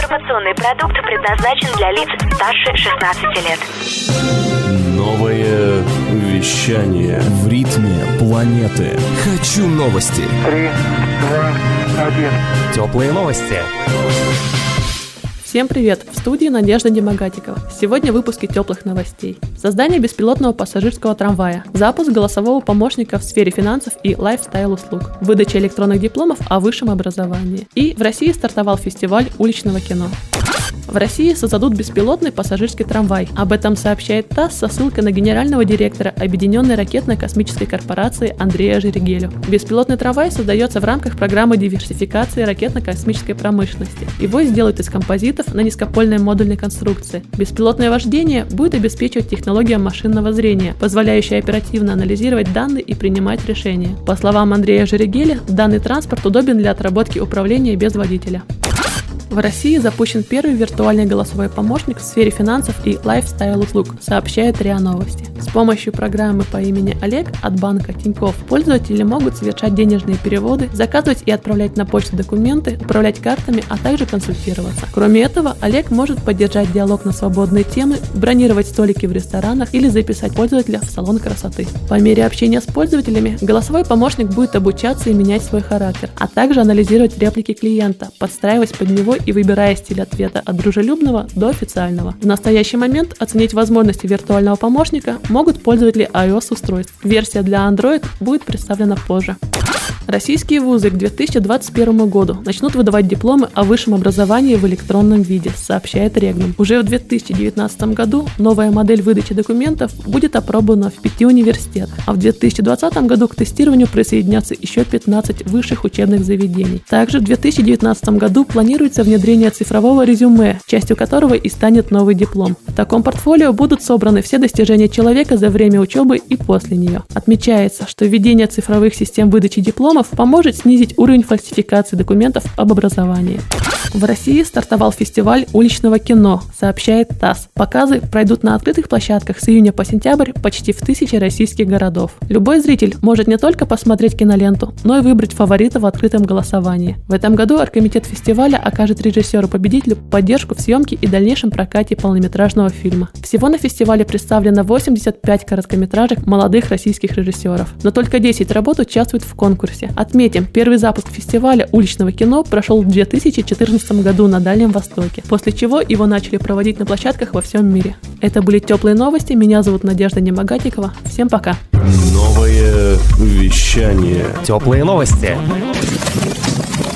Информационный продукт предназначен для лиц старше 16 лет. Новое вещание в ритме планеты. Хочу новости. 3, 2, 1. Теплые новости. Всем привет! В студии Надежда Демогатикова. Сегодня в выпуске теплых новостей. Создание беспилотного пассажирского трамвая, запуск голосового помощника в сфере финансов и лайфстайл-услуг, выдача электронных дипломов о высшем образовании. И в России стартовал фестиваль уличного кино. В России создадут беспилотный пассажирский трамвай. Об этом сообщает ТАСС со ссылкой на генерального директора Объединенной ракетно-космической корпорации Андрея Жерегелю. Беспилотный трамвай создается в рамках программы диверсификации ракетно-космической промышленности. Его сделают из композитов на низкопольной модульной конструкции. Беспилотное вождение будет обеспечивать технология машинного зрения, позволяющая оперативно анализировать данные и принимать решения. По словам Андрея Жерегеля, данный транспорт удобен для отработки управления без водителя. В России запущен первый виртуальный голосовой помощник в сфере финансов и лайфстайл-услуг, сообщает РИА Новости. С помощью программы по имени Олег от банка Тинькофф пользователи могут совершать денежные переводы, заказывать и отправлять на почту документы, управлять картами, а также консультироваться. Кроме этого, Олег может поддержать диалог на свободные темы, бронировать столики в ресторанах или записать пользователя в салон красоты. По мере общения с пользователями голосовой помощник будет обучаться и менять свой характер, а также анализировать реплики клиента, подстраиваясь под него и выбирая стиль ответа от дружелюбного до официального. В настоящий момент оценить возможности виртуального помощника могут пользователи iOS-устройств. Версия для Android будет представлена позже. Российские вузы к 2021 году начнут выдавать дипломы о высшем образовании в электронном виде, сообщает Регнум. Уже в 2019 году новая модель выдачи документов будет опробована в 5 университетах, а в 2020 году к тестированию присоединятся еще 15 высших учебных заведений. Также в 2019 году планируется внедрение цифрового резюме, частью которого и станет новый диплом. В таком портфолио будут собраны все достижения человека за время учебы и после нее. Отмечается, что введение цифровых систем выдачи дипломов поможет снизить уровень фальсификации документов об образовании. В России стартовал фестиваль уличного кино, сообщает ТАСС. Показы пройдут на открытых площадках с июня по сентябрь почти в 1000 российских городов. Любой зритель может не только посмотреть киноленту, но и выбрать фаворита в открытом голосовании. В этом году оргкомитет фестиваля окажет режиссеру-победителю поддержку в съемке и дальнейшем прокате полнометражного фильма. Всего на фестивале представлено 85 короткометражек молодых российских режиссеров, но только 10 работ участвуют в конкурсе. Отметим, первый запуск фестиваля уличного кино прошел в 2014 году на Дальнем Востоке, после чего его начали проводить на площадках во всем мире. Это были теплые новости. Меня зовут Надежда Демогатикова. Всем пока. Новое вещание. Теплые новости.